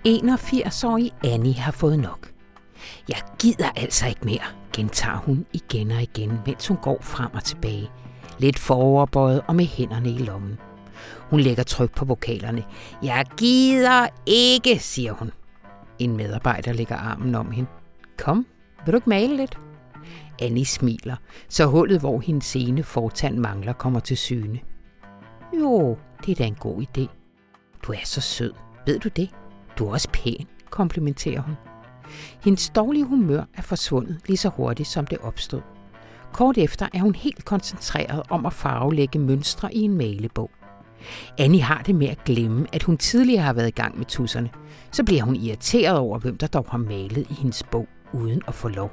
81-årige Annie har fået nok. Jeg gider altså ikke mere, gentager hun igen og igen, mens hun går frem og tilbage. Lidt foroverbøjet og med hænderne i lommen. Hun lægger tryk på vokalerne. Jeg gider ikke, siger hun. En medarbejder lægger armen om hende. Kom, vil du ikke male lidt? Annie smiler, så hullet, hvor hendes ene fortand mangler, kommer til syne. Jo, det er da en god idé. Du er så sød. Ved du det? Du er også pæn, komplimenterer hun. Hendes dårlige humør er forsvundet lige så hurtigt, som det opstod. Kort efter er hun helt koncentreret om at farvelægge mønstre i en malebog. Annie har det med at glemme, at hun tidligere har været i gang med tusserne. Så bliver hun irriteret over, hvem der dog har malet i hendes bog, uden at få lov.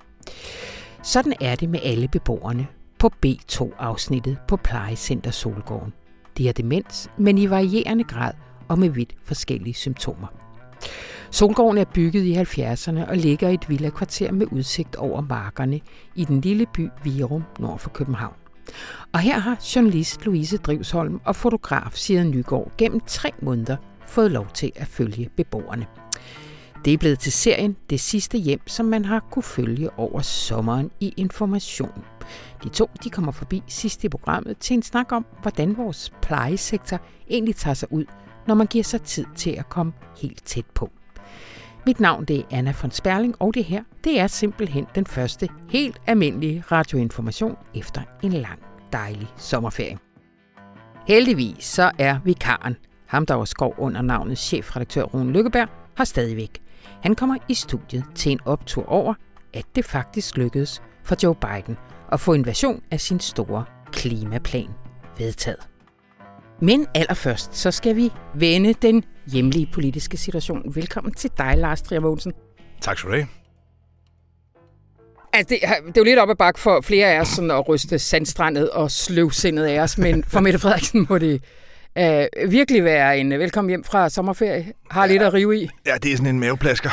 Sådan er det med alle beboerne på B2-afsnittet på Plejecenter Solgården. De har demens, men i varierende grad og med vidt forskellige symptomer. Solgården er bygget i 70'erne og ligger i et villakvarter med udsigt over markerne i den lille by Virum nord for København. Og her har journalist Louise Drivsholm og fotograf Siri Nygaard gennem 3 måneder fået lov til at følge beboerne. Det er blevet til serien Det sidste hjem, som man har kunne følge over sommeren i Information. De 2 kommer forbi sidst i programmet til en snak om, hvordan vores plejesektor egentlig tager sig ud, når man giver sig tid til at komme helt tæt på. Mit navn det er Anna von Sperling, og det er simpelthen den første helt almindelige radioinformation efter en lang, dejlig sommerferie. Heldigvis så er vikaren, ham der var skov under navnet chefredaktør Rune Lykkeberg, har stadigvæk. Han kommer i studiet til en optur over, at det faktisk lykkedes for Joe Biden at få en version af sin store klimaplan vedtaget. Men allerførst, så skal vi vende den hjemlige politiske situation. Velkommen til dig, Lars Trier Mogensen. Tak skal du have. Altså, det er jo lidt op ad bakke for flere af os sådan at ryste sandstrandet og sløvsindet af os, men for Mette Frederiksen må det virkelig være en velkommen hjem fra sommerferie. Har lidt at rive i. Ja, det er sådan en maveplasker.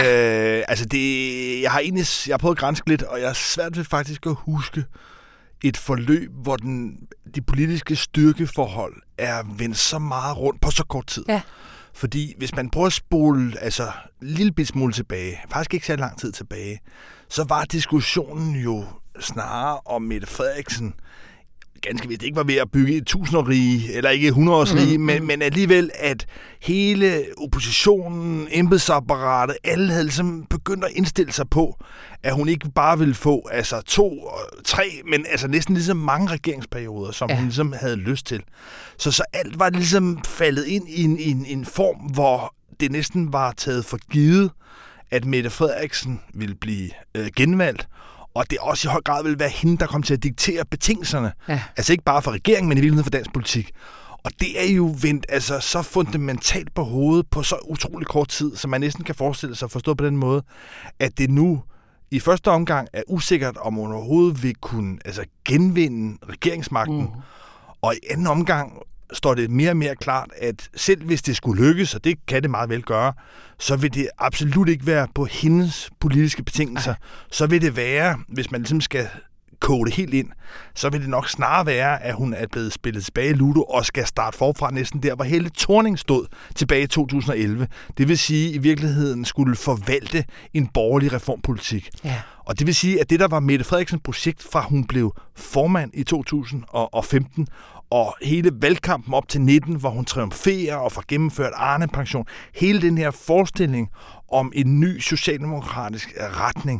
Jeg har prøvet at granske lidt, og jeg er svært ved faktisk at huske et forløb, hvor de politiske styrkeforhold er vendt så meget rundt på så kort tid. Ja. Fordi hvis man prøver at spole en lille bit smule tilbage, faktisk ikke så lang tid tilbage, så var diskussionen jo snarere om Mette Frederiksen ganske vist ikke var ved at bygge et 1000-årige, eller ikke 100-årsrige, men alligevel, at hele oppositionen, embedsapparatet, alle havde ligesom begyndt at indstille sig på, at hun ikke bare ville få 2, 3, men næsten ligesom mange regeringsperioder, som hun ligesom havde lyst til. Så alt var ligesom faldet ind i en form, hvor det næsten var taget for givet, at Mette Frederiksen ville blive genvalgt, og det også i høj grad vil være hende, der kommer til at diktere betingelserne. Ja. Altså ikke bare for regeringen, men i virkeligheden for dansk politik. Og det er jo vendt så fundamentalt på hovedet på så utrolig kort tid, så man næsten kan forestille sig at forstå på den måde, at det nu i første omgang er usikkert, om hun overhovedet vil kunne genvinde regeringsmagten. Og i anden omgang står det mere og mere klart, at selv hvis det skulle lykkes, og det kan det meget vel gøre, så vil det absolut ikke være på hendes politiske betingelser. Så vil det være, hvis man ligesom skal koge det helt ind, så vil det nok snarere være, at hun er blevet spillet tilbage i Ludo og skal starte forfra næsten der, hvor Helle Thorning stod tilbage i 2011. Det vil sige, at i virkeligheden skulle forvalte en borgerlig reformpolitik. Ja. Og det vil sige, at det, der var Mette Frederiksens projekt, fra hun blev formand i 2015, og hele valgkampen op til 19, hvor hun triumferer og får gennemført Arne-pension, hele den her forestilling om en ny socialdemokratisk retning,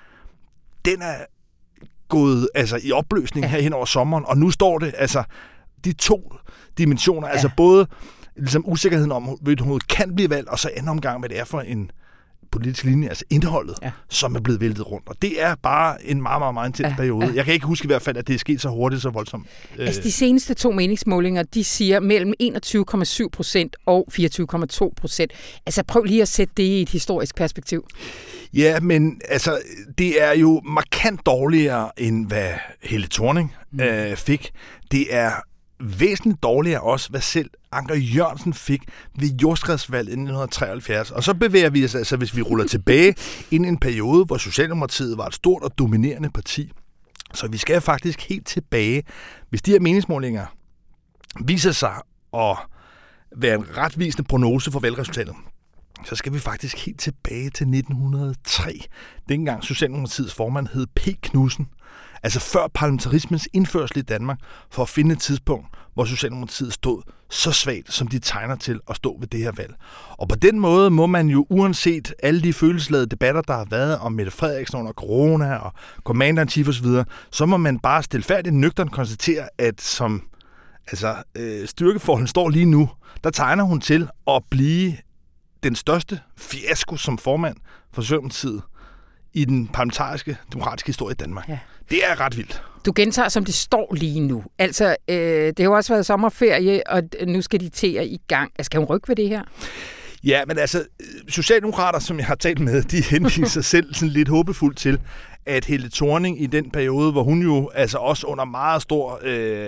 den er gået i opløsning her hen over sommeren, og nu står det de 2 dimensioner, både ligesom usikkerheden om, at hun kan blive valgt, og så anden omgang, hvad det er for en politisk linje, indholdet, som er blevet væltet rundt. Og det er bare en meget, meget, meget intens periode. Jeg kan ikke huske i hvert fald, at det er sket så hurtigt, så voldsomt. De seneste 2 meningsmålinger, de siger mellem 21,7% og 24,2%. Prøv lige at sætte det i et historisk perspektiv. Ja, men det er jo markant dårligere, end hvad Helle Thorning fik. Det er væsentligt dårligere også, hvad selv Anker Jørgensen fik ved jordskredsvalget i 1973. Og så bevæger vi os, hvis vi ruller tilbage, ind i en periode, hvor Socialdemokratiet var et stort og dominerende parti. Så vi skal faktisk helt tilbage. Hvis de her meningsmålinger viser sig at være en retvisende prognose for valgresultatet, så skal vi faktisk helt tilbage til 1903. Dengang Socialdemokratiets formand hed P. Knudsen. Altså før parlamentarismens indførsel i Danmark, for at finde et tidspunkt, hvor Socialdemokratiet stod så svagt, som de tegner til at stå ved det her valg. Og på den måde må man jo, uanset alle de følelsesladede debatter, der har været om Mette Frederiksen under corona og Commander-in-Chief osv., så må man bare stilfærdigt nøgternt konstatere, at som styrkeforholden står lige nu, der tegner hun til at blive den største fiasko som formand for Socialdemokratiet i den parlamentariske demokratiske historie i Danmark. Ja. Det er ret vildt. Du gentager, som det står lige nu. Altså, det har jo også været sommerferie, og nu skal de til at i gang. Skal hun rykke ved det her? Ja, men altså, socialdemokrater, som jeg har talt med, de henviser sig selv sådan lidt håbefuldt til, at Helle Thorning i den periode, hvor hun jo altså også under meget stor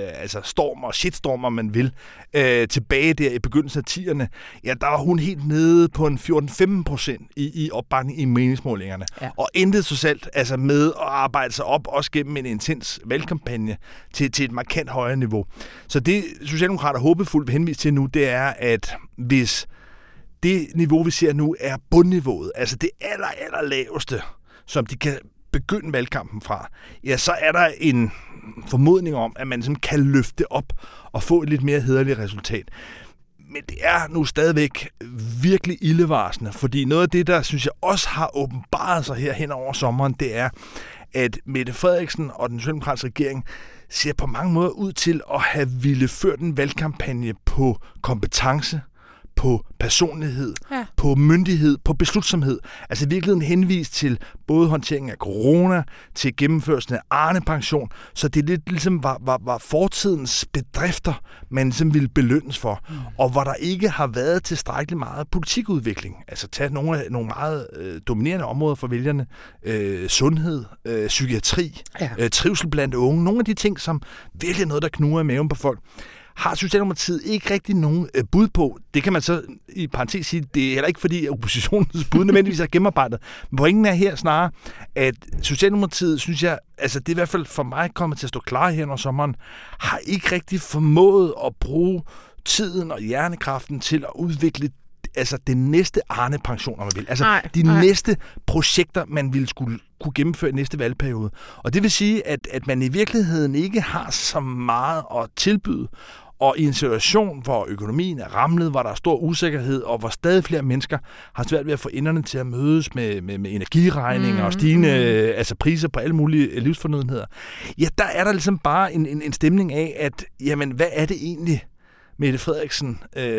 storm og shitstorm, om man vil, tilbage der i begyndelsen af 10'erne, ja, der var hun helt nede på en 14-15% i opbakning i meningsmålingerne. Ja. Og endte så selv altså med at arbejde sig op, også gennem en intens valgkampagne, til et markant højere niveau. Så det, socialdemokrater håbefuldt vil henvise til nu, det er, at hvis det niveau, vi ser nu, er bundniveauet, altså det aller laveste, som de kan begynde valgkampen fra, ja, så er der en formodning om, at man ligesom kan løfte op og få et lidt mere hæderligt resultat. Men det er nu stadigvæk virkelig ildevarslende, fordi noget af det, der synes jeg også har åbenbaret sig her hen over sommeren, det er, at Mette Frederiksen og den socialdemokratiske regering ser på mange måder ud til at have ville ført en valgkampagne på kompetence, på personlighed, på myndighed, på beslutsomhed. Altså i virkeligheden henvist til både håndteringen af corona, til gennemførelsen af Arne-pension, så det lidt ligesom var fortidens bedrifter, man ligesom ville belønnes for, og hvor der ikke har været tilstrækkeligt meget politikudvikling. Altså tage nogle meget dominerende områder for vælgerne, sundhed, psykiatri, trivsel blandt unge, nogle af de ting, som virkelig er noget, der knuger i maven på folk, har Socialdemokratiet ikke rigtig nogen bud på. Det kan man så i parentes sige, det er heller ikke fordi oppositionens bud nødvendigvis er gennemarbejdet. Men pointen er her snarere, at Socialdemokratiet, synes jeg, altså det er i hvert fald for mig kommet til at stå klar her under sommeren, har ikke rigtig formået at bruge tiden og hjernekraften til at udvikle altså det næste Arne-pension, om man vil. Altså næste projekter, man ville skulle kunne gennemføre i næste valgperiode. Og det vil sige, at man i virkeligheden ikke har så meget at tilbyde. Og i en situation, hvor økonomien er ramlet, hvor der er stor usikkerhed, og hvor stadig flere mennesker har svært ved at få enderne til at mødes med energiregninger og stigende priser på alle mulige livsfornødenheder, ja, der er der ligesom bare en stemning af, at jamen, hvad er det egentlig, Mette Frederiksen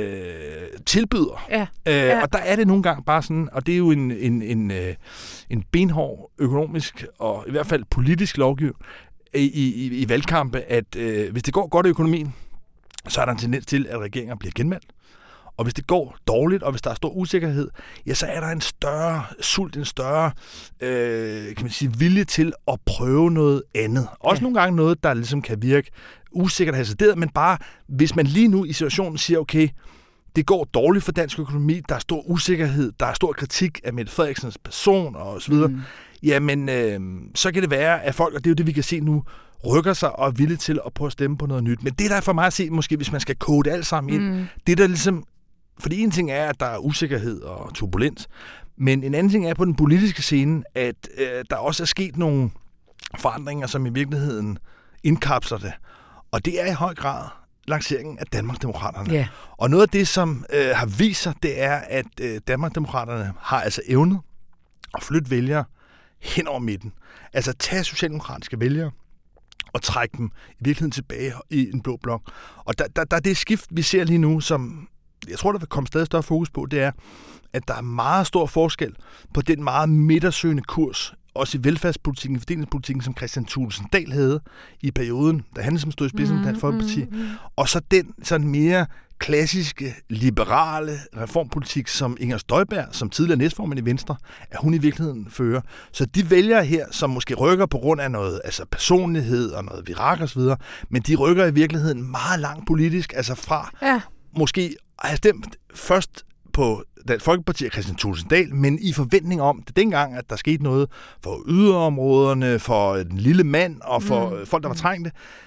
tilbyder. Ja. Og der er det nogle gange bare sådan, og det er jo en benhård økonomisk og i hvert fald politisk lovgivning i valgkampe, at hvis det går godt i økonomien, så er der en tendens til, at regeringer bliver genvalgt. Og hvis det går dårligt, og hvis der er stor usikkerhed, ja, så er der en større sult, en større kan man sige, vilje til at prøve noget andet. Også nogle gange noget, der ligesom kan virke usikkert og hasarderet, men bare hvis man lige nu i situationen siger, okay, det går dårligt for dansk økonomi, der er stor usikkerhed, der er stor kritik af Mette Frederiksens person og så videre, jamen så kan det være, at folk, og det er jo det, vi kan se nu, rykker sig og er villige til at prøve at stemme på noget nyt. Men det der er for mig at se, måske hvis man skal kode alt sammen ind, det der ligesom, fordi en ting er, at der er usikkerhed og turbulens, men en anden ting er på den politiske scene, at der også er sket nogle forandringer, som i virkeligheden indkapsler det. Og det er i høj grad lanceringen af Danmarksdemokraterne. Yeah. Og noget af det, som har vist sig, det er, at Danmarksdemokraterne har altså evnet at flytte vælgere hen over midten. Altså tage socialdemokratiske vælgere og trække dem i virkeligheden tilbage i en blå blok. Og der er det skift, vi ser lige nu, som jeg tror, der vil komme stadig større fokus på, det er, at der er meget stor forskel på den meget midtersøgende kurs, også i velfærdspolitikken, fordelingspolitikken, som Kristian Thulesen Dahl havde i perioden, da han som stod i spidsen for Dansk Folkeparti, og så den sådan mere klassiske, liberale reformpolitik, som Inger Støjberg, som tidligere næstformand i Venstre, at hun i virkeligheden fører. Så de vælgere her, som måske rykker på grund af noget personlighed og noget virak og så videre, men de rykker i virkeligheden meget langt politisk, altså fra måske at have stemt først på Dansk Folkeparti og Kristian Thulesen Dahl, men i forventning om, det dengang, at der skete noget for yderområderne, for den lille mand og for folk, der var trængte,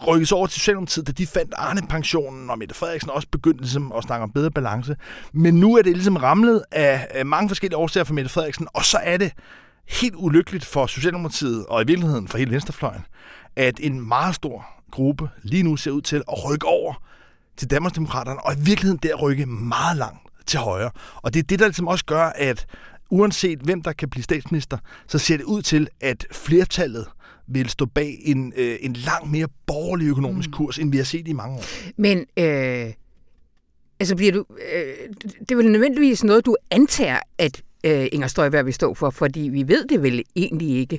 rykkes over til Socialdemokratiet, da de fandt Arne-pensionen, og Mette Frederiksen også begyndte ligesom at snakke om bedre balance. Men nu er det ligesom ramlet af mange forskellige årsager for Mette Frederiksen, og så er det helt ulykkeligt for Socialdemokratiet, og i virkeligheden for hele venstrefløjen, at en meget stor gruppe lige nu ser ud til at rykke over til Danmarksdemokraterne, og i virkeligheden der rykke meget langt til højre. Og det er det, der ligesom også gør, at uanset hvem der kan blive statsminister, så ser det ud til, at flertallet vil stå bag en langt mere borgerlig økonomisk kurs, end vi har set i mange år. Men altså bliver du... det er vel nødvendigvis noget, du antager, at Inger Støjberg vil stå for, fordi vi ved det vel egentlig ikke.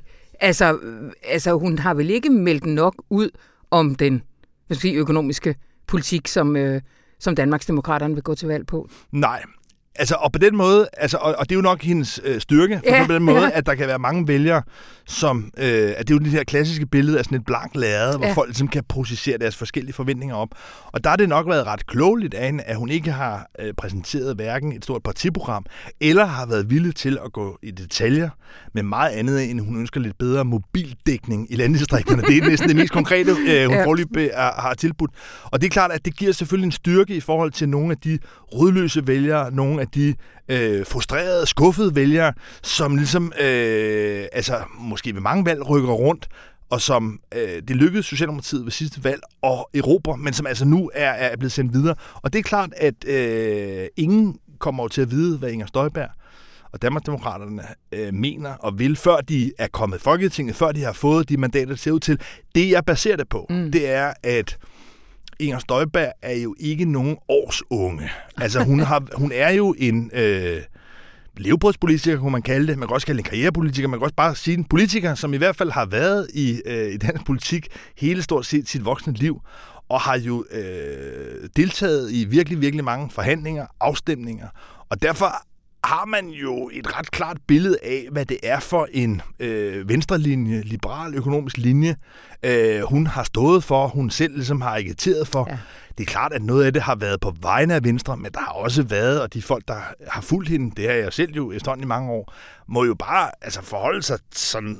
Altså hun har vel ikke meldt nok ud om den økonomiske politik, som Danmarksdemokraterne vil gå til valg på. Nej. Altså, og på den måde, og det er jo nok hendes styrke, på den måde, at der kan være mange vælgere, som, at det er jo det her klassiske billede af sådan et blankt lærred, hvor folk ligesom kan processere deres forskellige forventninger op. Og der har det nok været ret klogeligt af hende, at hun ikke har præsenteret hverken et stort partiprogram, eller har været villig til at gå i detaljer med meget andet, end hun ønsker lidt bedre mobildækning i landdistrikterne. Det er næsten det mest konkrete, hun foreløbig har tilbudt. Og det er klart, at det giver selvfølgelig en styrke i forhold til nogle af de rødløse vælgere, nogle af de frustrerede, skuffede vælgere, som ligesom, måske ved mange valg rykker rundt, og som det lykkedes Socialdemokratiet ved sidste valg og Europa, men som altså nu er blevet sendt videre. Og det er klart, at ingen kommer til at vide, hvad Inger Støjberg og Danmarksdemokraterne mener og vil, før de er kommet i Folketinget, før de har fået de mandater, der ser ud til. Det, jeg baserer det på, det er, at Inger Støjberg er jo ikke nogen årsunge. Altså, hun er jo en levebrødspolitiker, kunne man kalde det. Man kan også kalde det en karrierepolitiker. Man kan også bare sige en politiker, som i hvert fald har været i dansk politik hele stort set sit voksne liv, og har jo deltaget i virkelig, virkelig mange forhandlinger, afstemninger. Og derfor har man jo et ret klart billede af, hvad det er for en venstrelinje, liberal økonomisk linje, hun har stået for, hun selv ligesom har agiteret for. Ja. Det er klart, at noget af det har været på vegne af Venstre, men der har også været, og de folk, der har fulgt hende, det har jeg selv jo efterhånden i mange år, må jo bare forholde sig sådan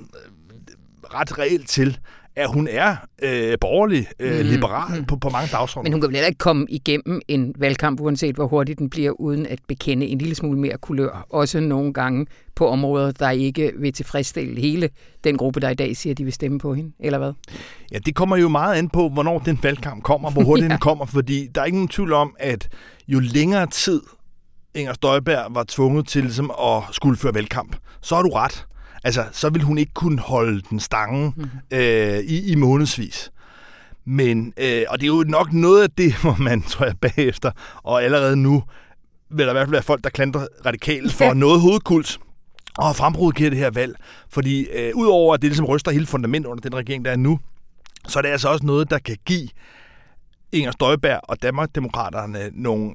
ret reelt til, at hun er borgerlig, liberal på mange dagsordener. Men hun kan vel heller ikke komme igennem en valgkamp, uanset hvor hurtigt den bliver, uden at bekende en lille smule mere kulør. Også nogle gange på områder, der ikke vil tilfredsstille hele den gruppe, der i dag siger, at de vil stemme på hende, eller hvad? Ja, det kommer jo meget an på, hvornår den valgkamp kommer, hvor hurtigt den kommer, fordi der er ikke nogen tvivl om, at jo længere tid Inger Støjberg var tvunget til ligesom, at skulle føre valgkamp, så har du ret. Altså, så vil hun ikke kunne holde den stangen i månedsvis. Men, og det er jo nok noget af det, hvor man, tror jeg, bagefter, og allerede nu, vil der i hvert fald være folk, der klandrer radikalt for noget hovedkult, og har fremprovokeret det her valg. Fordi udover at det ligesom ryster hele fundamentet under den regering, der er nu, så er det altså også noget, der kan give Inger Støjberg og Danmarksdemokraterne nogle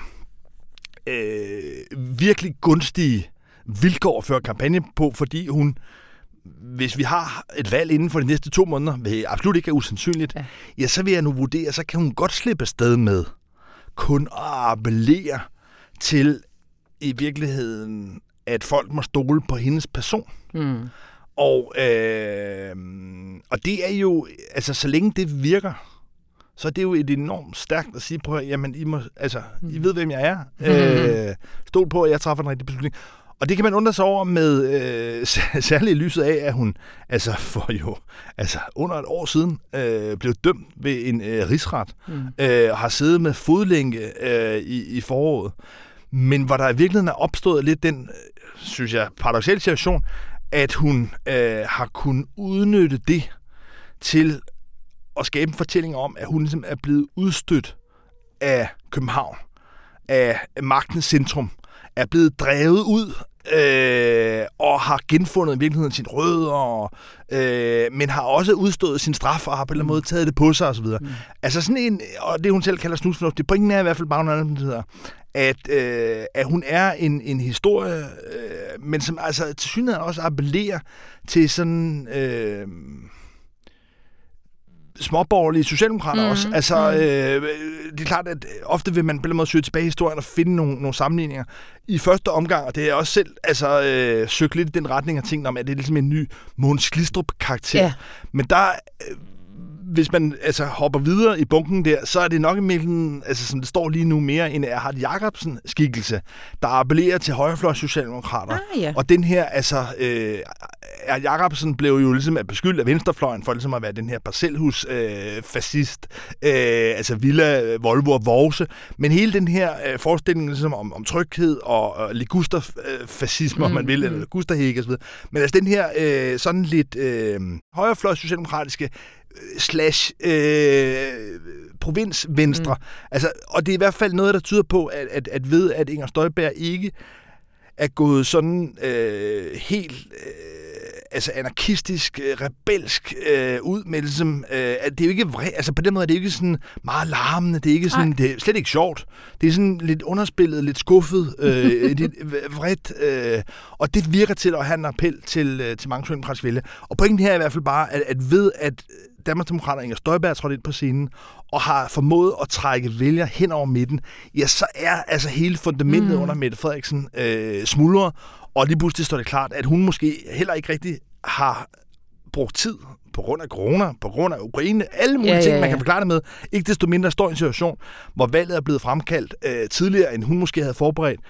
virkelig gunstige vilkår at føre kampagne på, fordi hun, hvis vi har et valg inden for de næste 2 måneder, vil absolut ikke er usandsynligt, ja, så vil jeg nu vurdere, så kan hun godt slippe afsted med kun at appellere til i virkeligheden, at folk må stole på hendes person. Og det er jo, altså så længe det virker, så er det jo et enormt stærkt at sige på, jamen I ved, hvem jeg er. Stol på, at jeg træffer en rigtig beslutning. Og det kan man undre sig over med særligt i lyset af, at hun for under et år siden blev dømt ved en rigsret og har siddet med fodlænke i foråret. Men hvor der i virkeligheden er opstået lidt den, synes jeg, paradoksale situation, at hun har kunnet udnytte det til at skabe en fortælling om, at hun ligesom er blevet udstødt af København, af magtens centrum, er blevet drevet ud og har genfundet i virkeligheden sin rødder, men har også udstået sin straf og har på en eller anden måde taget det på sig osv. Altså sådan en, og det hun selv kalder snusfornuft, det pointen er i hvert fald bare at hun er en historie, men som altså til synligheden også appellerer til sådan småborgerlige socialdemokrater også. Altså, det er klart, at ofte vil man på en eller anden måde søge tilbage i historien og finde nogle sammenligninger. I første omgang, og det er jeg også selv søgt lidt i den retning af tingene om, at det er ligesom en ny Mogens Glistrup-karakter. Ja. Men der hvis man altså hopper videre i bunken der, så er det nok imellem, altså som det står lige nu, mere en Erhard Jacobsen skikkelse, der appellerer til højrefløjs socialdemokrater. Ja. Og den her, altså, Erhard Jacobsen blev jo ligesom beskyldt af venstrefløjen for ligesom at være den her parcelhus-fascist, altså Villa, Volvo og Vorse. Men hele den her forestilling ligesom om tryghed og ligusterfascisme, om man vil, eller ligusterhæk og så videre. Men altså den her sådan lidt højrefløjs socialdemokratiske provinsvenstre. Altså, og det er i hvert fald noget, der tyder på, at ved, at Inger Støjberg ikke er gået sådan helt altså anarkistisk, rebelsk ud med ligesom, at det er jo ikke altså på den måde er det ikke sådan meget larmende, det er ikke sådan, det er slet ikke sjovt. Det er sådan lidt underspillet, lidt skuffet, lidt vredt, og det virker til at have en appel til mange socialdemokratiske vælgere. Og pointen her er i hvert fald bare, at ved at Danmarksdemokraterne Inger Støjberg trådte ind på scenen og har formået at trække vælgere hen over midten, ja, så er altså hele fundamentet under Mette Frederiksen smuldret, og lige pludselig står det klart, at hun måske heller ikke rigtig har brugt tid på grund af corona, på grund af Ukraine, alle mulige ting, man kan forklare det med. Ikke desto mindre står i en situation, hvor valget er blevet fremkaldt tidligere, end hun måske havde forberedt.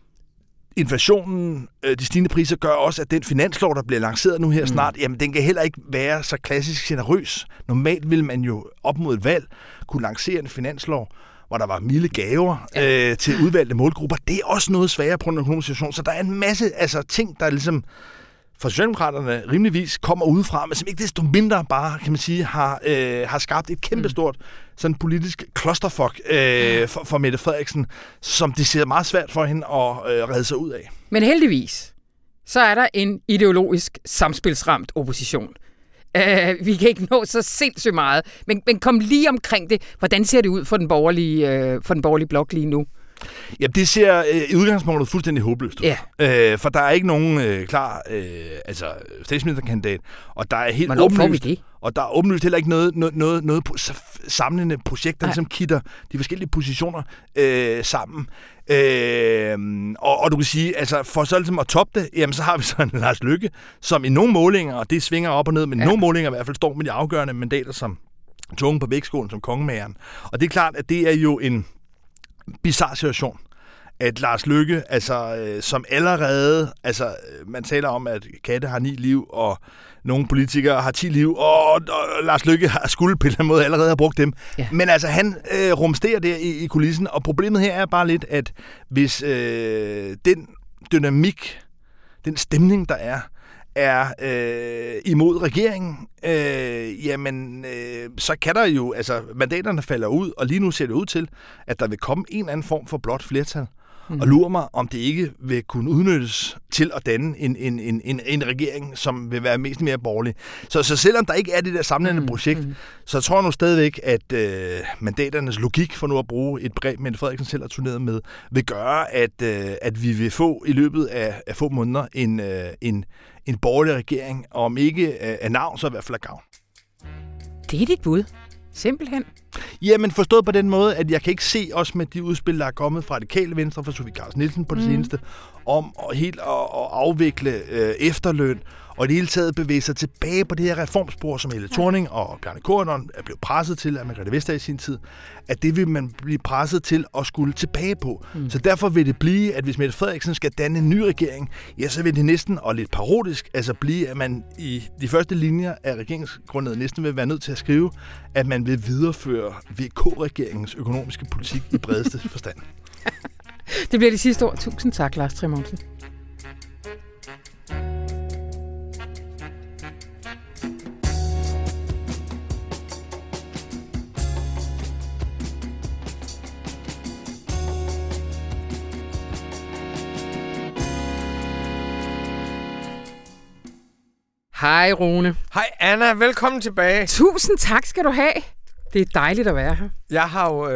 Inflationen, de stigende priser gør også, at den finanslov, der bliver lanceret nu her snart, jamen den kan heller ikke være så klassisk generøs. Normalt vil man jo op mod et valg kunne lancere en finanslov, hvor der var milde gaver til udvalgte målgrupper. Det er også noget sværere på en økonomisk situation. Så der er en masse ting, der ligesom for Socialdemokraterne rimeligvis kommer udefra, men som ikke desto mindre bare, kan man sige, har skabt et kæmpestort sådan politisk clusterfuck for Mette Frederiksen, som det ser meget svært for hende at redde sig ud af. Men heldigvis, så er der en ideologisk samspilsramt opposition. Vi kan ikke nå så sindssygt meget, men kom lige omkring det. Hvordan ser det ud for den borgerlige blok lige nu? Ja, det ser i udgangspunktet fuldstændig håbløst ud. Yeah. For der er ikke nogen klar statsministerkandidat, og der er helt åbenlyst. Og der er åbenlyst heller ikke noget samlende projekt, der ligesom kitter de forskellige positioner sammen. Og du kan sige, altså for så ligesom at toppe det, jamen så har vi så en Lars Løkke, som i nogle målinger, og det svinger op og ned, men i nogle målinger i hvert fald står med de afgørende mandater som tungen på vægtskålen, som kongemageren. Og det er klart, at det er jo en bizarre situation, at Lars Løkke, altså som allerede, altså man taler om, at katte har 9 liv, og nogle politikere har 10 liv, og Lars Løkke har skulle på en eller anden måde allerede have brugt dem. Ja. Men altså han rumsterer der i kulissen, og problemet her er bare lidt, at hvis den dynamik, den stemning, der er imod regeringen, så kan der jo, altså mandaterne falder ud, og lige nu ser det ud til, at der vil komme en eller anden form for blåt flertal. Og lurer mig, om det ikke vil kunne udnyttes til at danne en regering, som vil være mest mere borgerlig. Så selvom der ikke er det der samlende projekt, så tror jeg nu stadigvæk, at mandaternes logik, for nu at bruge et begreb, Mette Frederiksen selv har turneret med, vil gøre, at vi vil få i løbet af få måneder en borgerlig regering, og om ikke af navn, så i hvert fald af gavn. Det er dit bud. Simpelthen. Jamen forstået på den måde, at jeg kan ikke se også med de udspil, der er kommet fra Radikale Venstre, fra Sofie Carsten Nielsen på det seneste, om at afvikle efterløn, og i det hele taget bevæge sig tilbage på det her reformspor, som Helle Thorning og Bjarne Corydon er blevet presset til af Margrethe Vestager i sin tid, at det vil man blive presset til at skulle tilbage på. Så derfor vil det blive, at hvis Mette Frederiksen skal danne en ny regering, ja, så vil det næsten, og lidt parodisk, altså blive, at man i de første linjer af regeringsgrundlaget næsten vil være nødt til at skrive, at man vil videreføre VK-regeringens økonomiske politik i bredeste forstand. Det bliver de sidste ord. Tusind tak, Lars Trier Mogensen. Hej Rune. Hej Anna, velkommen tilbage. Tusind tak skal du have. Det er dejligt at være her. Jeg har jo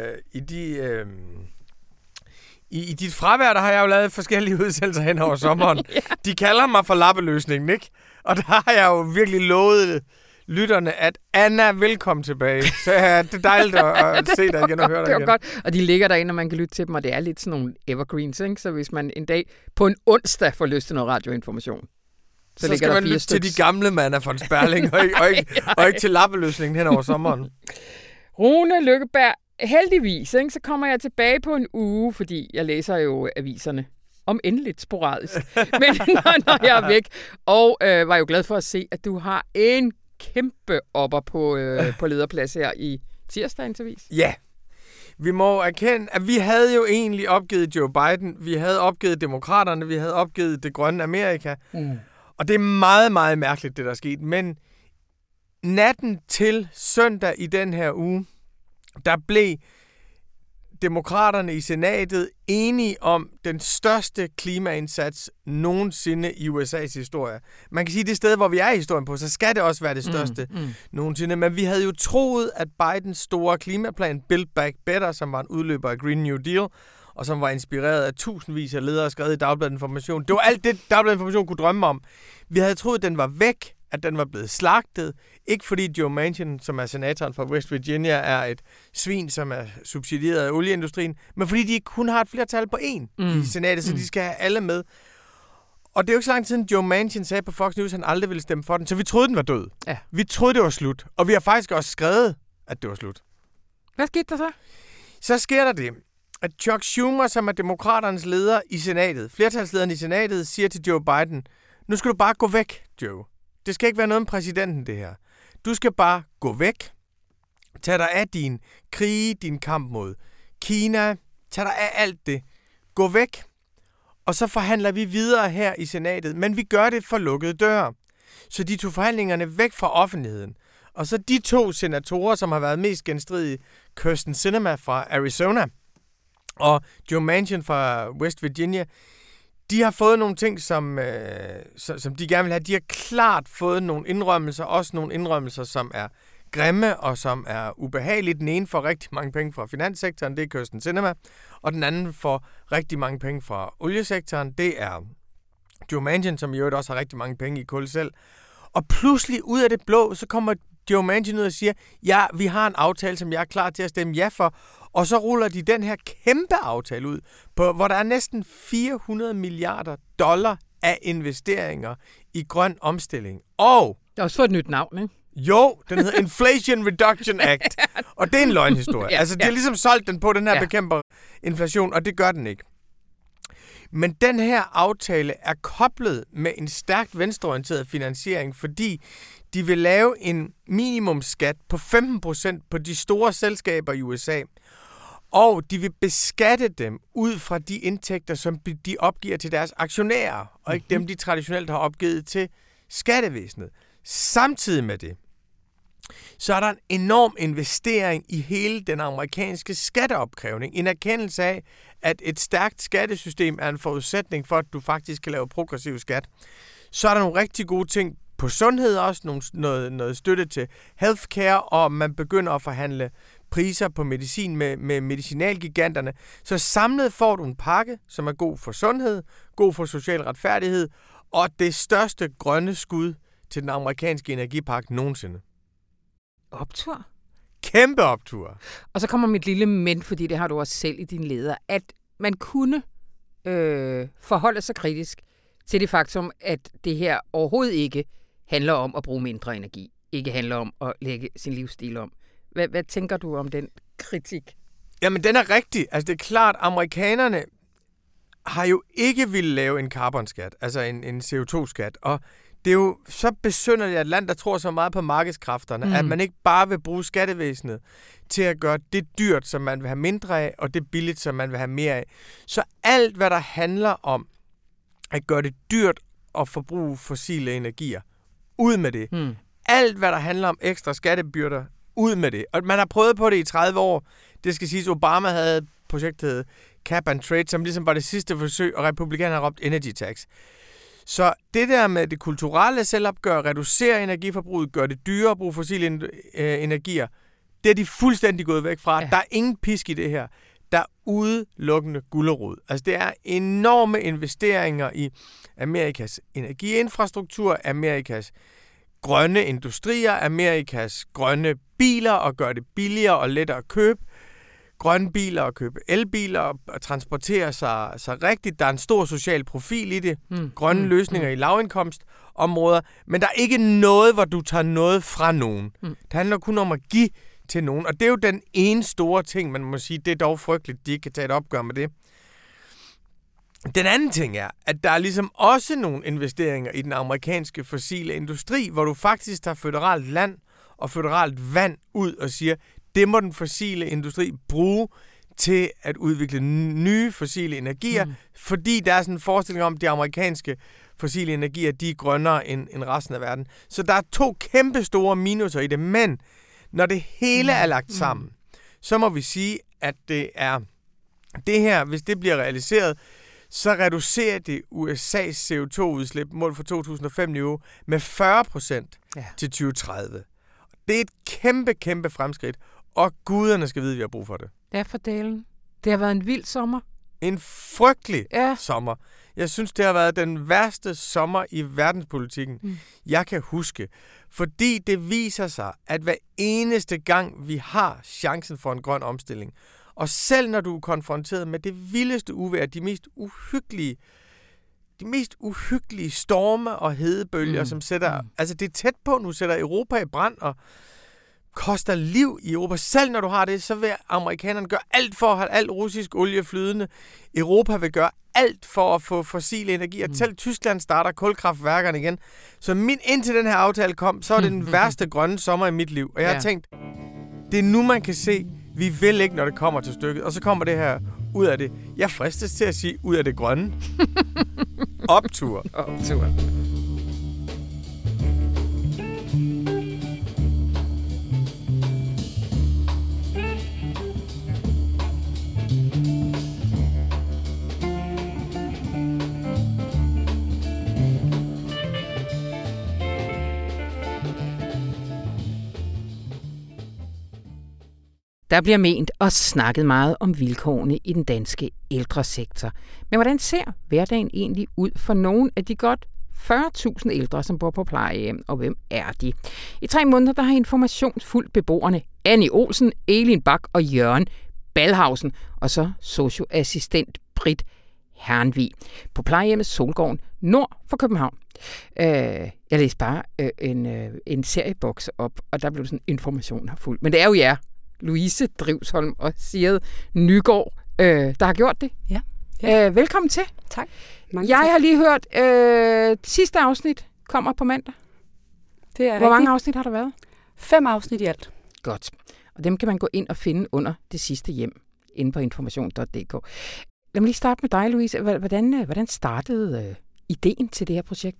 i dit fravær, der har jeg jo lavet forskellige udsendelser hen over sommeren. Ja. De kalder mig for lappeløsningen, ikke? Og der har jeg jo virkelig lovet lytterne, at Anna, velkommen tilbage. Så det er dejligt at se dig igen og høre dig igen. Det var godt. Og de ligger derinde, og man kan lytte til dem, og det er lidt sådan nogle evergreens, ikke? Så hvis man en dag på en onsdag får lyst til noget radioinformation, Så skal man lytte til de gamle Manna von Sperling, og ikke til lappeløsningen hen over sommeren. Rune Lykkeberg, heldigvis, ikke, så kommer jeg tilbage på en uge, fordi jeg læser jo aviserne. Om endeligt sporadisk. Men når jeg er væk. Og var jo glad for at se, at du har en kæmpe opper på lederplads her i tirsdagens avis. Ja. Vi må erkende, at vi havde jo egentlig opgivet Joe Biden. Vi havde opgivet demokraterne. Vi havde opgivet det grønne Amerika. Og det er meget, meget mærkeligt, det der er sket. Men natten til søndag i den her uge, der blev demokraterne i senatet enige om den største klimaindsats nogensinde i USA's historie. Man kan sige, at det sted, hvor vi er i historien på, så skal det også være det største nogensinde. Men vi havde jo troet, at Bidens store klimaplan, Build Back Better, som var en udløber af Green New Deal, og som var inspireret af tusindvis af ledere skrevet i Dagbladet Information. Det var alt det, Dagbladet Information kunne drømme om. Vi havde troet, at den var væk, at den var blevet slagtet. Ikke fordi Joe Manchin, som er senatoren fra West Virginia, er et svin, som er subsidieret af olieindustrien, men fordi de kun har et flertal på én i senatet, så de skal have alle med. Og det er jo ikke så lang tid siden, Joe Manchin sagde på Fox News, at han aldrig ville stemme for den, så vi troede, den var død. Ja. Vi troede, det var slut. Og vi har faktisk også skrevet, at det var slut. Hvad skete der så? Så sker der det, at Chuck Schumer, som er demokraternes leder i senatet, flertalslederen i senatet, siger til Joe Biden, nu skal du bare gå væk, Joe. Det skal ikke være noget med præsidenten, det her. Du skal bare gå væk. Tag dig af din krige, din kamp mod Kina. Tag dig af alt det. Gå væk. Og så forhandler vi videre her i senatet. Men vi gør det for lukkede døre. Så de tog forhandlingerne væk fra offentligheden. Og så de to senatorer, som har været mest genstridige, Kyrsten Sinema fra Arizona og Joe Manchin fra West Virginia, de har fået nogle ting, som de gerne vil have. De har klart fået nogle indrømmelser, også nogle indrømmelser, som er grimme og som er ubehagelige. Den ene får rigtig mange penge fra finanssektoren, det er Kyrsten Sinema, og den anden får rigtig mange penge fra oliesektoren, det er Joe Manchin, som i øvrigt også har rigtig mange penge i kul selv. Og pludselig ud af det blå, så kommer Joe Manchin ud og siger, ja, vi har en aftale, som jeg er klar til at stemme ja for. Og så ruller de den her kæmpe aftale ud, hvor der er næsten $400 milliarder af investeringer i grøn omstilling. Og det er også for et nyt navn, ikke? Jo, den hedder Inflation Reduction Act. Og det er en løgnhistorie. Ja, altså, de har ligesom solgt den på, den her bekæmper inflation, og det gør den ikke. Men den her aftale er koblet med en stærkt venstreorienteret finansiering, fordi de vil lave en minimumsskat på 15% på de store selskaber i USA. Og de vil beskatte dem ud fra de indtægter, som de opgiver til deres aktionærer, og ikke dem, de traditionelt har opgivet til skattevæsenet. Samtidig med det, så er der en enorm investering i hele den amerikanske skatteopkrævning. En erkendelse af, at et stærkt skattesystem er en forudsætning for, at du faktisk kan lave progressiv skat. Så er der nogle rigtig gode ting på sundhed også, noget støtte til healthcare, og man begynder at forhandle priser på medicin med medicinalgiganterne. Så samlet får du en pakke, som er god for sundhed, god for social retfærdighed, og det største grønne skud til den amerikanske energipakke nogensinde. Optur? Kæmpe optur. Og så kommer mit lille men, fordi det har du også selv i din leder, at man kunne forholde sig kritisk til det faktum, at det her overhovedet ikke handler om at bruge mindre energi. Ikke handler om at lægge sin livsstil om. Hvad tænker du om den kritik? Jamen, den er rigtig. Altså, det er klart, amerikanerne har jo ikke ville lave en carbonskat, altså en CO2-skat. Og det er jo så besynderligt, at et land, der tror så meget på markedskræfterne, at man ikke bare vil bruge skattevæsenet til at gøre det dyrt, som man vil have mindre af, og det billigt, som man vil have mere af. Så alt, hvad der handler om at gøre det dyrt at forbruge fossile energier, ud med det. Alt, hvad der handler om ekstra skattebyrder, ud med det. Og man har prøvet på det i 30 år. Det skal siges, Obama havde projektet Cap and Trade, som ligesom var det sidste forsøg, og republikanerne har råbt energy tax. Så det der med det kulturelle selvopgør, reducere energiforbruget, gøre det dyrere at bruge fossile energier, det er de fuldstændig gået væk fra. Ja. Der er ingen pisk i det her. Der er udelukkende gulerod. Altså det er enorme investeringer i Amerikas energiinfrastruktur, Amerikas grønne industrier, Amerikas grønne biler, og gøre det billigere og lettere at købe grønne biler og købe elbiler og transportere sig rigtigt. Der er en stor social profil i det. Grønne løsninger i lavindkomstområder. Men der er ikke noget, hvor du tager noget fra nogen. Det handler kun om at give til nogen. Og det er jo den ene store ting, man må sige, det er dog frygteligt, de ikke kan tage et opgør med det. Den anden ting er, at der er ligesom også nogle investeringer i den amerikanske fossile industri, hvor du faktisk tager føderalt land og føderalt vand ud og siger, det må den fossile industri bruge til at udvikle nye fossile energier, fordi der er sådan en forestilling om, at de amerikanske fossile energier, de er grønnere end resten af verden. Så der er 2 kæmpe store minuser i det, men når det hele er lagt sammen, så må vi sige, at det her, hvis det bliver realiseret, så reducerer det USA's CO2-udslip mål for 2005-niveau med 40% til 2030. Det er et kæmpe, kæmpe fremskridt, og guderne skal vide, at vi har brug for det. Ja, for delen. Det har været en vild sommer. En frygtelig sommer. Jeg synes, det har været den værste sommer i verdenspolitikken, jeg kan huske. Fordi det viser sig, at hver eneste gang, vi har chancen for en grøn omstilling, og selv når du er konfronteret med det vildeste uvejr, de mest uhyggelige storme og hedebølger, som sætter... Altså, det er tæt på, nu sætter Europa i brand og koster liv i Europa. Selv når du har det, så vil amerikanerne gøre alt for at have alt russisk olie flydende. Europa vil gøre alt for at få fossil energi, og selv Tyskland starter kulkraftværkerne igen. Så indtil den her aftale kom, så var det den værste grønne sommer i mit liv. Og jeg har tænkt, det er nu, man kan se, vi vil ikke, når det kommer til stykket. Og så kommer det her ud af det. Jeg fristes til at sige, ud af det grønne. Optur. Optur. Der bliver ment og snakket meget om vilkårene i den danske ældresektor. Men hvordan ser hverdagen egentlig ud for nogle af de godt 40.000 ældre, som bor på plejehjem, og hvem er de? I 3 måneder der har Information fulgt beboerne Annie Olsen, Elin Bak og Jørgen Balhausen, og så socioassistent Britt Hernvig på plejehjemmet Solgården nord for København. Jeg læste bare en serieboks op, og der blev sådan Information har fulgt. Men det er jo jer, Louise Drivsholm og Sigrid Nygaard, der har gjort det. Ja. Velkommen til. Tak. Jeg har lige hørt, sidste afsnit kommer på mandag. Det er Hvor mange afsnit har der været? 5 afsnit i alt. Godt. Og dem kan man gå ind og finde under Det Sidste Hjem, inde på information.dk. Lad mig lige starte med dig, Louise. Hvordan startede ideen til det her projekt?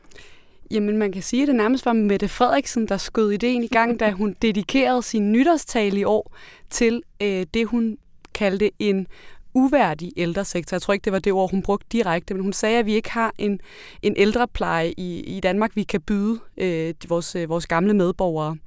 Jamen, man kan sige, at det nærmest var Mette Frederiksen, der skød ideen i gang, da hun dedikerede sin nytårstale i år til det, hun kaldte en uværdig ældresektor. Jeg tror ikke, det var det ord, hun brugte direkte, men hun sagde, at vi ikke har en ældrepleje i Danmark, vi kan byde vores gamle medborgere.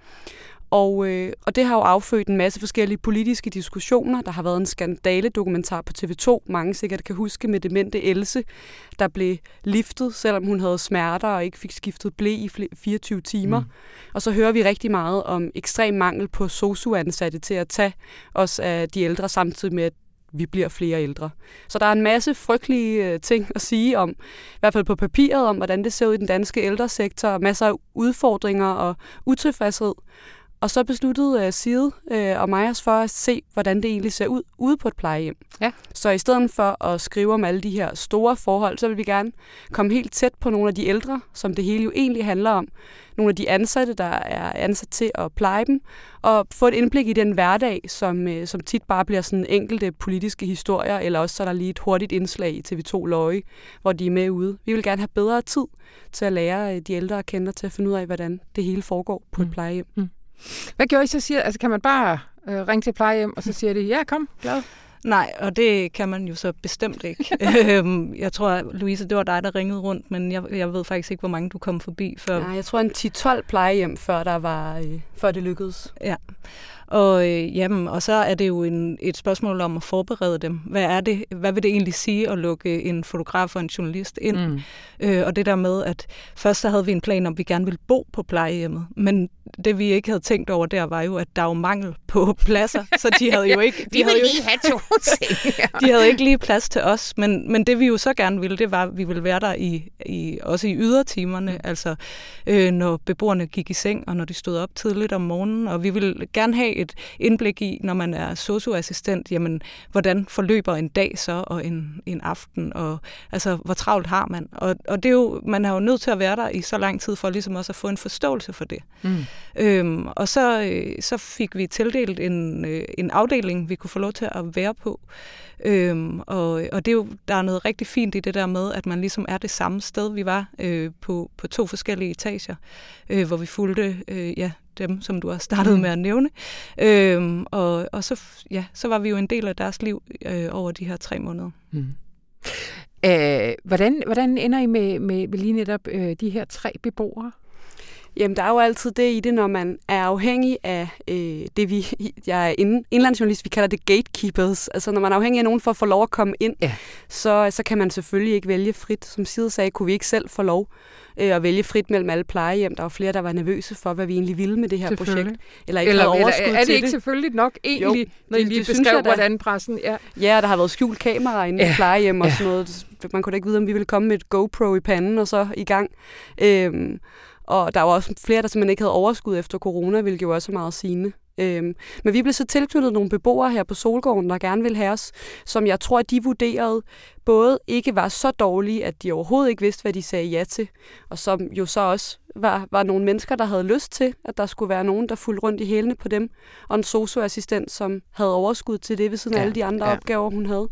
Og det har jo affødt en masse forskellige politiske diskussioner. Der har været en skandale-dokumentar på TV2, mange sikkert kan huske, med demente Else, der blev liftet, selvom hun havde smerter og ikke fik skiftet ble i 24 timer. Og så hører vi rigtig meget om ekstrem mangel på sosu-ansatte til at tage os af de ældre, samtidig med, at vi bliver flere ældre. Så der er en masse frygtelige ting at sige om, i hvert fald på papiret, om hvordan det ser ud i den danske ældresektor, og masser af udfordringer og utilfredshed. Og så besluttede Sigrid og mig os for at se, hvordan det egentlig ser ud ude på et plejehjem. Ja. Så i stedet for at skrive om alle de her store forhold, så vil vi gerne komme helt tæt på nogle af de ældre, som det hele jo egentlig handler om. Nogle af de ansatte, der er ansat til at pleje dem, og få et indblik i den hverdag, som tit bare bliver sådan enkelte politiske historier, eller også så er der lige et hurtigt indslag i TV2 Løje, hvor de er med ude. Vi vil gerne have bedre tid til at lære de ældre at kende, til at finde ud af, hvordan det hele foregår på et plejehjem. Hvad gjorde I så? Altså, kan man bare ringe til plejehjem, og så siger de, ja, kom, glad? Nej, og det kan man jo så bestemt ikke. Jeg tror, Louise, det var dig, der ringede rundt, men jeg ved faktisk ikke, hvor mange du kom forbi før. Nej, jeg tror en 10-12 plejehjem, før det lykkedes. Ja, Og så er det jo et spørgsmål om at forberede dem. Hvad vil det egentlig sige at lukke en fotograf og en journalist ind? Og det der med, at først så havde vi en plan om, at vi gerne ville bo på plejehjemmet, men det vi ikke havde tænkt over der, var jo, at der er jo mangel på pladser, så de havde jo ikke... De ville lige have 2 senge. De havde ikke lige plads til os, men det vi jo så gerne ville, det var, at vi ville være der også i ydertimerne, altså når beboerne gik i seng, og når de stod op tidligt om morgenen, og vi ville gerne have et indblik i, når man er sosu-assistent, jamen, hvordan forløber en dag så, og en aften, og altså, hvor travlt har man? Og det er jo, man er jo nødt til at være der i så lang tid, for ligesom også at få en forståelse for det. Og så fik vi tildelt en afdeling, vi kunne få lov til at være på. Og det er jo, der er noget rigtig fint i det der med, at man ligesom er det samme sted. Vi var på 2 forskellige etager, hvor vi fulgte dem, som du har startet med at nævne. Og så var vi jo en del af deres liv over de her 3 måneder. Hvordan ender I med lige netop de her 3 beboere? Jamen, der er jo altid det i det, når man er afhængig af det, jeg er indlandsjournalist, vi kalder det gatekeepers. Altså, når man er afhængig af nogen for at få lov at komme ind, så kan man selvfølgelig ikke vælge frit. Som Side sagde, kunne vi ikke selv få lov at vælge frit mellem alle plejehjem. Der var flere, der var nervøse for, hvad vi egentlig ville med det her projekt. Eller ikke havde overskud til det. Er det ikke selvfølgelig nok egentlig, når I lige beskrev, hvordan pressen... Ja, der har været skjult kamera inde i plejehjem og sådan noget. Man kunne da ikke vide, om vi ville komme med et GoPro i panden og så i gang. Og der var også flere, der simpelthen ikke havde overskud efter corona, hvilket jo også er meget sigende. Men vi blev så tilknyttet nogle beboere her på Solgården, der gerne ville have os, som jeg tror, at de vurderede både ikke var så dårlige, at de overhovedet ikke vidste, hvad de sagde ja til, og som jo så også var nogle mennesker, der havde lyst til, at der skulle være nogen, der fulgte rundt i hælene på dem, og en sosu-assistent, som havde overskud til det ved siden af alle de andre opgaver, hun havde.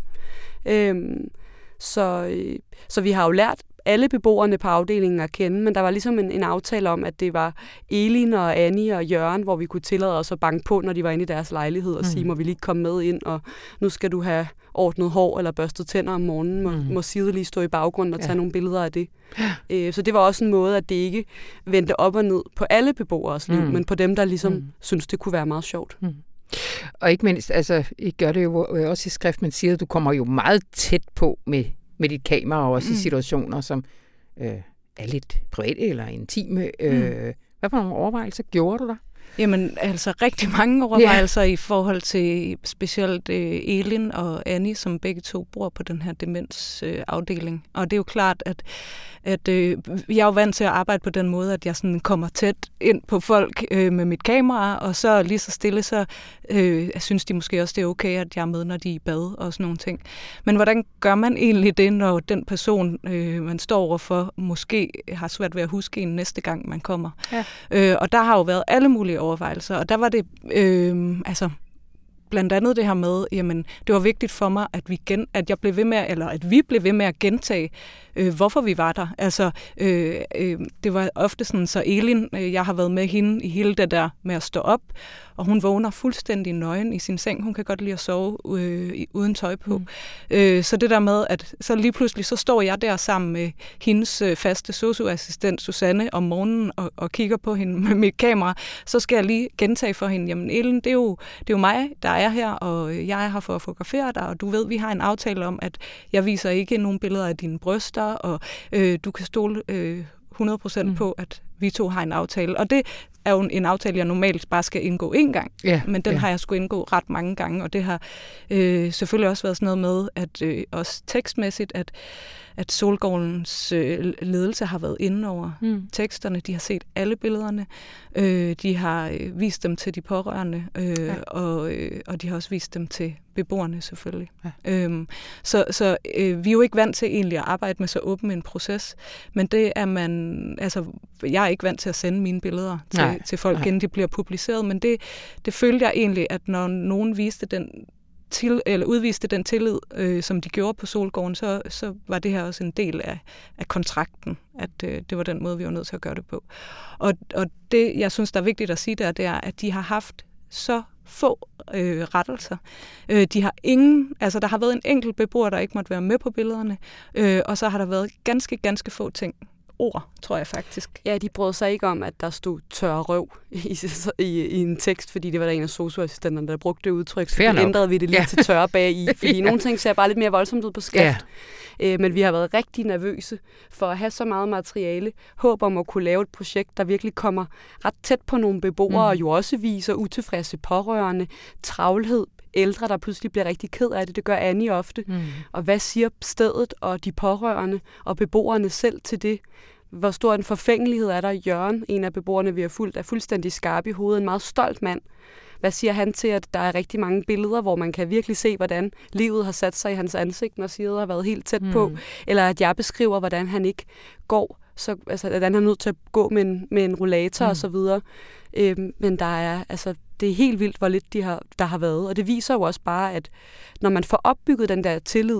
Så vi har jo lært alle beboerne på afdelingen at kende, men der var ligesom en aftale om, at det var Elin og Annie og Jørgen, hvor vi kunne tillade os at banke på, når de var inde i deres lejlighed og sige, må vi lige komme med ind, og nu skal du have ordnet hår eller børstet tænder om morgenen, må Side lige stå i baggrunden og tage nogle billeder af det. Så det var også en måde, at det ikke vendte op og ned på alle beboeres liv, men på dem, der ligesom synes det kunne være meget sjovt. Og ikke mindst, altså, I gør det jo også i skrift, men siger, at du kommer jo meget tæt på med dit kamera, og også i situationer, som er lidt private eller intime. Hvad for nogle overvejelser gjorde du der? Jamen, altså rigtig mange overvejelser i forhold til specielt Elin og Annie, som begge 2 bor på den her demensafdeling. Og det er jo klart, at jeg er jo vant til at arbejde på den måde, at jeg sådan kommer tæt ind på folk med mit kamera, og så lige så stille, så synes de måske også, det er okay, at jeg er med, når de er i bad og sådan nogle ting. Men hvordan gør man egentlig det, når den person, man står overfor, måske har svært ved at huske en næste gang, man kommer? Ja. Og der har jo været alle mulige overvejelser, og der var det blandt andet det her med, jamen, det var vigtigt for mig, at vi blev ved med at gentage, hvorfor vi var der. Altså, det var ofte sådan, så Elin, jeg har været med hende i hele det der med at stå op, og hun vågner fuldstændig nøgen i sin seng. Hun kan godt lide at sove uden tøj på. Så det der med, at så lige pludselig, så står jeg der sammen med hendes faste sosu-assistent Susanne om morgenen og kigger på hende med mit kamera, så skal jeg lige gentage for hende, jamen Elin, det er jo mig, der er her, og jeg er her for at fotografere dig, og du ved, vi har en aftale om, at jeg viser ikke nogen billeder af dine bryster, og du kan stole 100% på, at vi 2 har en aftale. Og det er jo en aftale, jeg normalt bare skal indgå én gang, men den har jeg sgu indgå ret mange gange, og det har selvfølgelig også været sådan noget med, at også tekstmæssigt, at Solgårdens ledelse har været inde over teksterne. De har set alle billederne. De har vist dem til de pårørende, og de har også vist dem til beboerne selvfølgelig. Ja. Så vi er jo ikke vant til egentlig at arbejde med så åben en proces, men det er man, altså jeg er ikke vant til at sende mine billeder til folk, inden de bliver publiceret, men det følte jeg egentlig, at når nogen viste udviste den tillid, som de gjorde på Solgården, så var det her også en del af kontrakten, at det var den måde, vi var nødt til at gøre det på. Og det, jeg synes, der er vigtigt at sige det er, at de har haft så få rettelser. De har der har været en enkelt beboer, der ikke måtte være med på billederne, og så har der været ganske, ganske få ting ord, tror jeg faktisk. Ja, de brød sig ikke om, at der stod tørre røv i en tekst, fordi det var der en af socioassistenterne, der brugte det udtryk, så ændrede vi det lige til tørre bag i, fordi nogle ting ser bare lidt mere voldsomt ud på skrift. Ja. Men vi har været rigtig nervøse for at have så meget materiale, håb om at kunne lave et projekt, der virkelig kommer ret tæt på nogle beboere, og jo også viser utilfredse pårørende, travlhed, ældre, der pludselig bliver rigtig ked af det. Det gør Annie ofte. Og hvad siger stedet og de pårørende og beboerne selv til det? Hvor stor en forfængelighed er der? Jørgen, en af beboerne, vi har fulgt, er fuldstændig skarp i hovedet. En meget stolt mand. Hvad siger han til, at der er rigtig mange billeder, hvor man kan virkelig se, hvordan livet har sat sig i hans ansigt, når Sigrid har været helt tæt på? Eller at jeg beskriver, hvordan han ikke går, altså at han er nødt til at gå med en rollator og så videre. Men der er, altså, det er helt vildt, hvor lidt der har været. Og det viser jo også bare, at når man får opbygget den der tillid,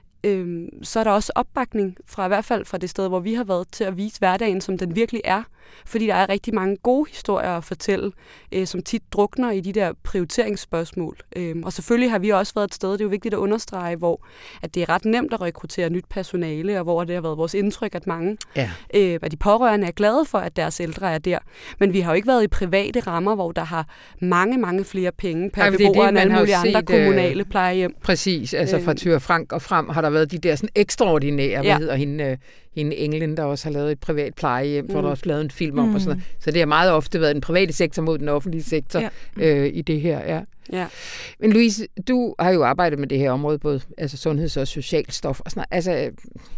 så er der også opbakning fra i hvert fald fra det sted, hvor vi har været, til at vise hverdagen, som den virkelig er. Fordi der er rigtig mange gode historier at fortælle, som tit drukner i de der prioriteringsspørgsmål. Og selvfølgelig har vi også været et sted, det er jo vigtigt at understrege, hvor at det er ret nemt at rekruttere nyt personale, og hvor det har været vores indtryk, at mange af de pårørende er glade for, at deres ældre er der. Men vi har jo ikke været i private rammer, hvor der har mange flere penge per beboer end alle mulige andre kommunale plejehjem. Præcis, altså fra Thyra Frank og frem har der været de der sådan ekstraordinære, hvad hedder hende England, der også har lavet et privat plejehjem, hvor der også lavet en film om og sådan noget. Så det har meget ofte været den private sektor mod den offentlige sektor i det her. Ja. Men Louise, du har jo arbejdet med det her område, både altså sundheds- og socialstof og sådan noget. Altså,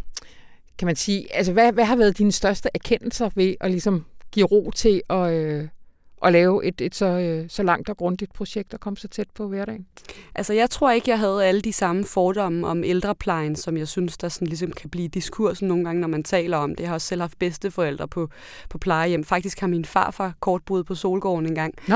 kan man sige, altså hvad har været dine største erkendelser ved at ligesom give ro til at lave et så langt og grundigt projekt og komme så tæt på hverdagen? Altså, jeg tror ikke, jeg havde alle de samme fordomme om ældreplejen, som jeg synes, der sådan ligesom kan blive diskursen nogle gange, når man taler om det. Jeg har også selv haft bedsteforældre på plejehjem. Faktisk har min farfar kortboet på Solgården en gang.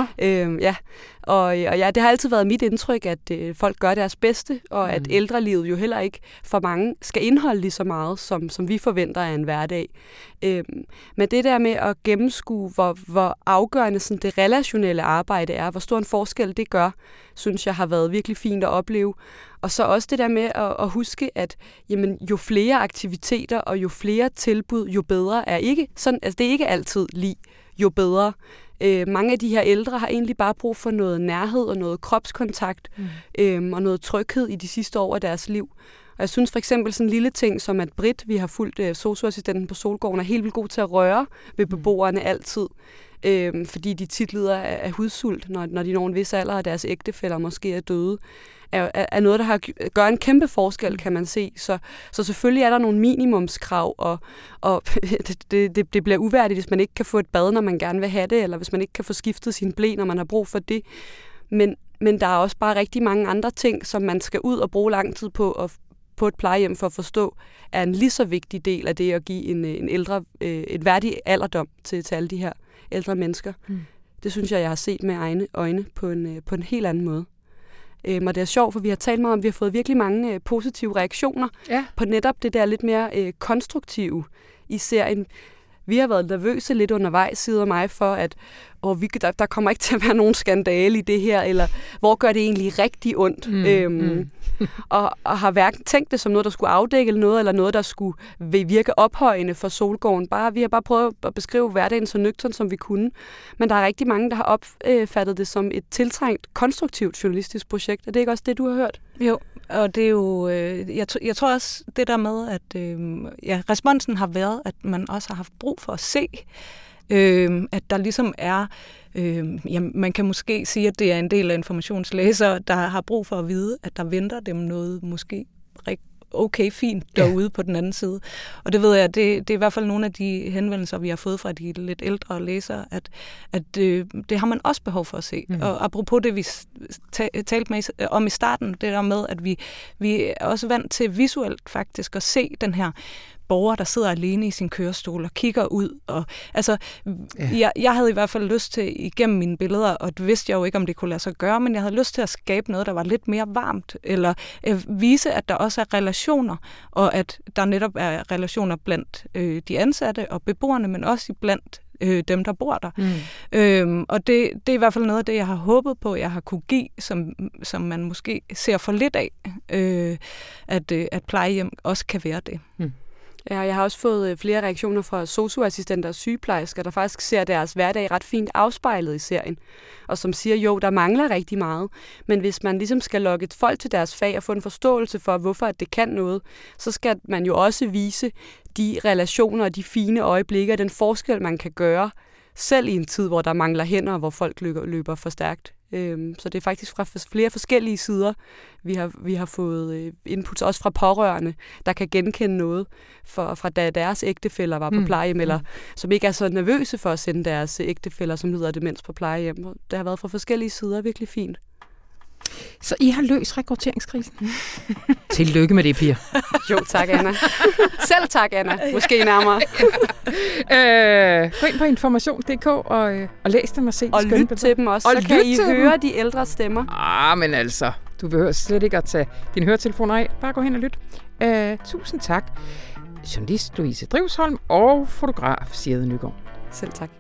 Og det har altid været mit indtryk, at folk gør deres bedste, og at ældrelivet jo heller ikke for mange skal indeholde lige så meget, som vi forventer af en hverdag. Men det der med at gennemskue, hvor afgørende sådan det relationelle arbejde er, hvor stor en forskel det gør, synes jeg har været virkelig fint at opleve. Og så også det der med at huske, at jamen, jo flere aktiviteter og jo flere tilbud, jo bedre er ikke. Sådan, altså, det er ikke altid lige, jo bedre. Mange af de her ældre har egentlig bare brug for noget nærhed og noget kropskontakt og noget tryghed i de sidste år af deres liv. Og jeg synes for eksempel sådan en lille ting, som at Britt, vi har fulgt socioassistenten på Solgården, er helt vildt god til at røre ved beboerne altid. Fordi de tit lider af hudsult, når de når en vis alder, og deres ægtefæller måske er døde, er noget, der gør en kæmpe forskel, kan man se. Så selvfølgelig er der nogle minimumskrav, og det bliver uværdigt, hvis man ikke kan få et bad, når man gerne vil have det, eller hvis man ikke kan få skiftet sin ble, når man har brug for det. Men der er også bare rigtig mange andre ting, som man skal ud og bruge lang tid på et plejehjem for at forstå, er en lige så vigtig del af det at give en ældre, et værdig alderdom til alle de her ældre mennesker. Det synes jeg har set med egne øjne på en helt anden måde. Og det er sjovt, for vi har talt meget om, at vi har fået virkelig mange positive reaktioner på netop det der lidt mere konstruktive i serien. Vi har været nervøse lidt undervejs, Sigrid og mig, for at der kommer ikke til at være nogen skandale i det her, eller hvor gør det egentlig rigtig ondt. Og har hverken tænkt det som noget, der skulle afdække noget, eller noget, der skulle virke ophøjende for Solgården. Vi har bare prøvet at beskrive hverdagen så nøgternt, som vi kunne. Men der er rigtig mange, der har opfattet det som et tiltrængt, konstruktivt journalistisk projekt. Er det ikke også det, du har hørt? Jo, og det er jo, jeg tror også det der med, at responsen har været, at man også har haft brug for at se, at der ligesom er, man kan måske sige, at det er en del af informationslæsere, der har brug for at vide, at der venter dem noget måske okay fint derude på den anden side. Og det ved jeg, det er i hvert fald nogle af de henvendelser, vi har fået fra de lidt ældre læsere, at det har man også behov for at se. Og apropos det, vi talte om i starten, det der med, at vi er også vant til visuelt faktisk at se den her borger, der sidder alene i sin kørestol og kigger ud. Og, altså, jeg havde i hvert fald lyst til, igennem mine billeder, og det vidste jeg jo ikke, om det kunne lade sig gøre, men jeg havde lyst til at skabe noget, der var lidt mere varmt, eller vise, at der også er relationer, og at der netop er relationer blandt de ansatte og beboerne, men også blandt dem, der bor der. Og det er i hvert fald noget af det, jeg har håbet på, jeg har kunne give, som man måske ser for lidt af, at plejehjem også kan være det. Ja, jeg har også fået flere reaktioner fra sosu-assistenter og sygeplejersker, der faktisk ser deres hverdag ret fint afspejlet i serien, og som siger, jo, der mangler rigtig meget, men hvis man ligesom skal lokke et folk til deres fag og få en forståelse for, hvorfor at det kan noget, så skal man jo også vise de relationer og de fine øjeblikke og den forskel, man kan gøre, selv i en tid, hvor der mangler hænder, og hvor folk løber for stærkt. Så det er faktisk fra flere forskellige sider, vi har fået input, også fra pårørende, der kan genkende noget fra da deres ægtefæller var på plejehjem, eller som ikke er så nervøse for at sende deres ægtefæller, som lider af demens på plejehjem. Det har været fra forskellige sider, virkelig fint. Så I har løst rekrutteringskrisen? Tillykke med det, Pia. Jo, tak, Anna. Selv tak, Anna. Måske nærmere. Gå ind på information.dk og læs dem og se og lyt til dem også, og så kan I høre de ældre stemmer. Men altså, du behøver slet ikke at tage dine høretelefoner af. Bare gå hen og lyt. Tusind tak. Journalist Louise Drivsholm og fotograf Sigrid Nygaard. Selv tak.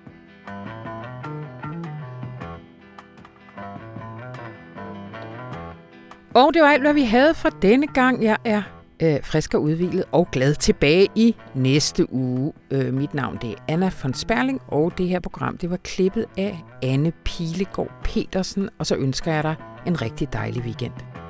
Og det var alt, hvad vi havde for denne gang. Jeg er frisk og udhvilet og glad tilbage i næste uge. Mit navn det er Anna von Sperling, og det her program det var klippet af Anne Pilegaard Petersen. Og så ønsker jeg dig en rigtig dejlig weekend.